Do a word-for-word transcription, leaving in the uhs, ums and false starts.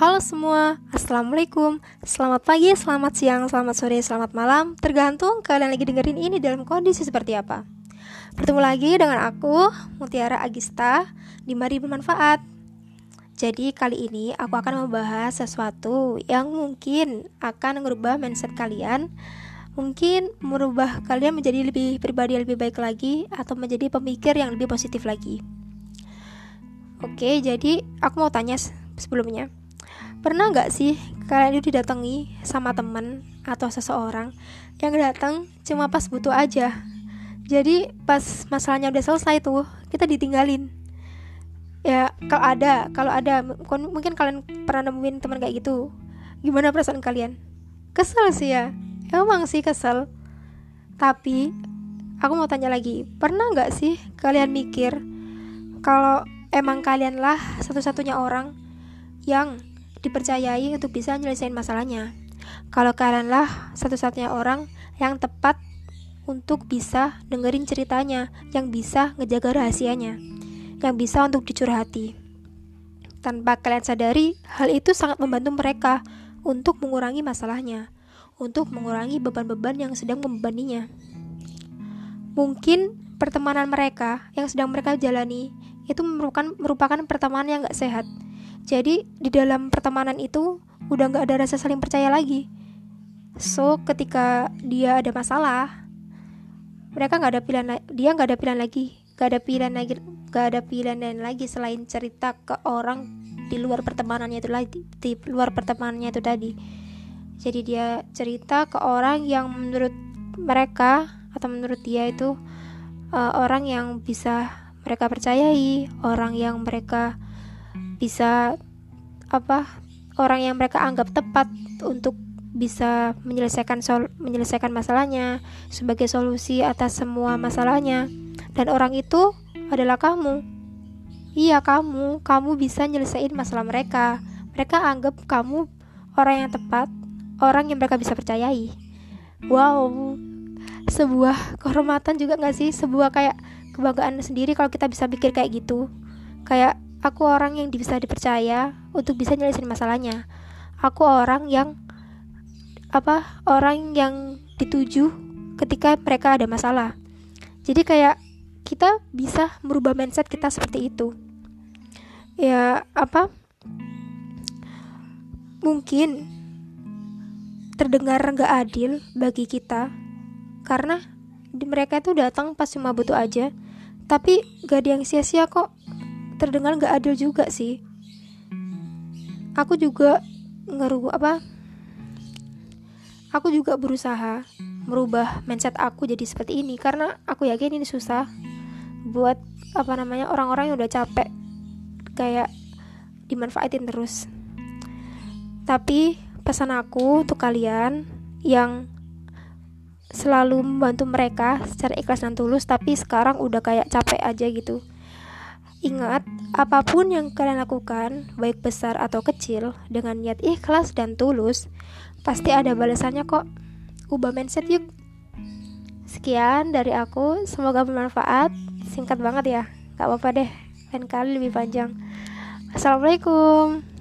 Halo semua, Assalamualaikum. Selamat pagi, selamat siang, selamat sore, selamat malam. Tergantung kalian lagi dengerin ini dalam kondisi seperti apa. Bertemu lagi dengan aku, Mutiara Agista, di Mari Bermanfaat. Jadi kali ini aku akan membahas sesuatu yang mungkin akan merubah mindset kalian. Mungkin merubah kalian menjadi lebih pribadi yang lebih baik lagi, atau menjadi pemikir yang lebih positif lagi. Oke, jadi aku mau tanya sebelumnya, pernah gak sih kalian itu didatangi sama teman atau seseorang yang datang cuma pas butuh aja? Jadi pas masalahnya udah selesai tuh, kita ditinggalin. Ya kalau ada, kalau ada mungkin kalian pernah nemuin teman kayak gitu. Gimana perasaan kalian? Kesel sih ya, emang sih kesel. Tapi aku mau tanya lagi, pernah gak sih kalian mikir kalau emang kalianlah satu-satunya orang yang dipercayai untuk bisa nyelesain masalahnya? Kalau kalianlah satu-satunya orang yang tepat untuk bisa dengerin ceritanya, yang bisa ngejaga rahasianya, yang bisa untuk dicurhati. Tanpa kalian sadari, hal itu sangat membantu mereka untuk mengurangi masalahnya, untuk mengurangi beban-beban yang sedang membebaninya. Mungkin pertemanan mereka yang sedang mereka jalani itu merupakan merupakan pertemanan yang gak sehat. Jadi di dalam pertemanan itu udah gak ada rasa saling percaya lagi. So ketika dia ada masalah, mereka gak ada pilihan, dia gak ada pilihan lagi, gak ada pilihan lagi, gak ada pilihan lain lagi selain cerita ke orang di luar pertemanannya itu lagi, di luar pertemanannya itu tadi. Jadi dia cerita ke orang yang menurut mereka atau menurut dia itu uh, orang yang bisa mereka percayai, orang yang mereka bisa apa orang yang mereka anggap tepat untuk bisa menyelesaikan sol, menyelesaikan masalahnya sebagai solusi atas semua masalahnya. Dan orang itu adalah kamu. Iya, kamu, kamu bisa nyelesain masalah mereka. Mereka anggap kamu orang yang tepat, orang yang mereka bisa percayai. Wow, sebuah kehormatan juga gak sih? Sebuah kayak kebanggaan sendiri kalau kita bisa pikir kayak gitu. Kayak aku orang yang bisa dipercaya untuk bisa nyelesain masalahnya. Aku orang yang apa? Orang yang dituju ketika mereka ada masalah. Jadi kayak kita bisa merubah mindset kita seperti itu. Ya, apa? Mungkin terdengar gak adil bagi kita karena mereka itu datang pas cuma butuh aja, tapi gak ada yang sia-sia kok. Terdengar gak adil juga sih. Aku juga ngeru apa? Aku juga berusaha merubah mindset aku jadi seperti ini karena aku yakin ini susah buat apa namanya orang-orang yang udah capek kayak dimanfaatin terus. Tapi pesan aku untuk kalian yang selalu membantu mereka secara ikhlas dan tulus tapi sekarang udah kayak capek aja gitu. Ingat, apapun yang kalian lakukan, baik besar atau kecil, dengan niat ikhlas dan tulus, pasti ada balasannya kok. Ubah mindset yuk. Sekian dari aku, semoga bermanfaat. Singkat banget ya, gak apa-apa deh, lain kali lebih panjang. Assalamualaikum.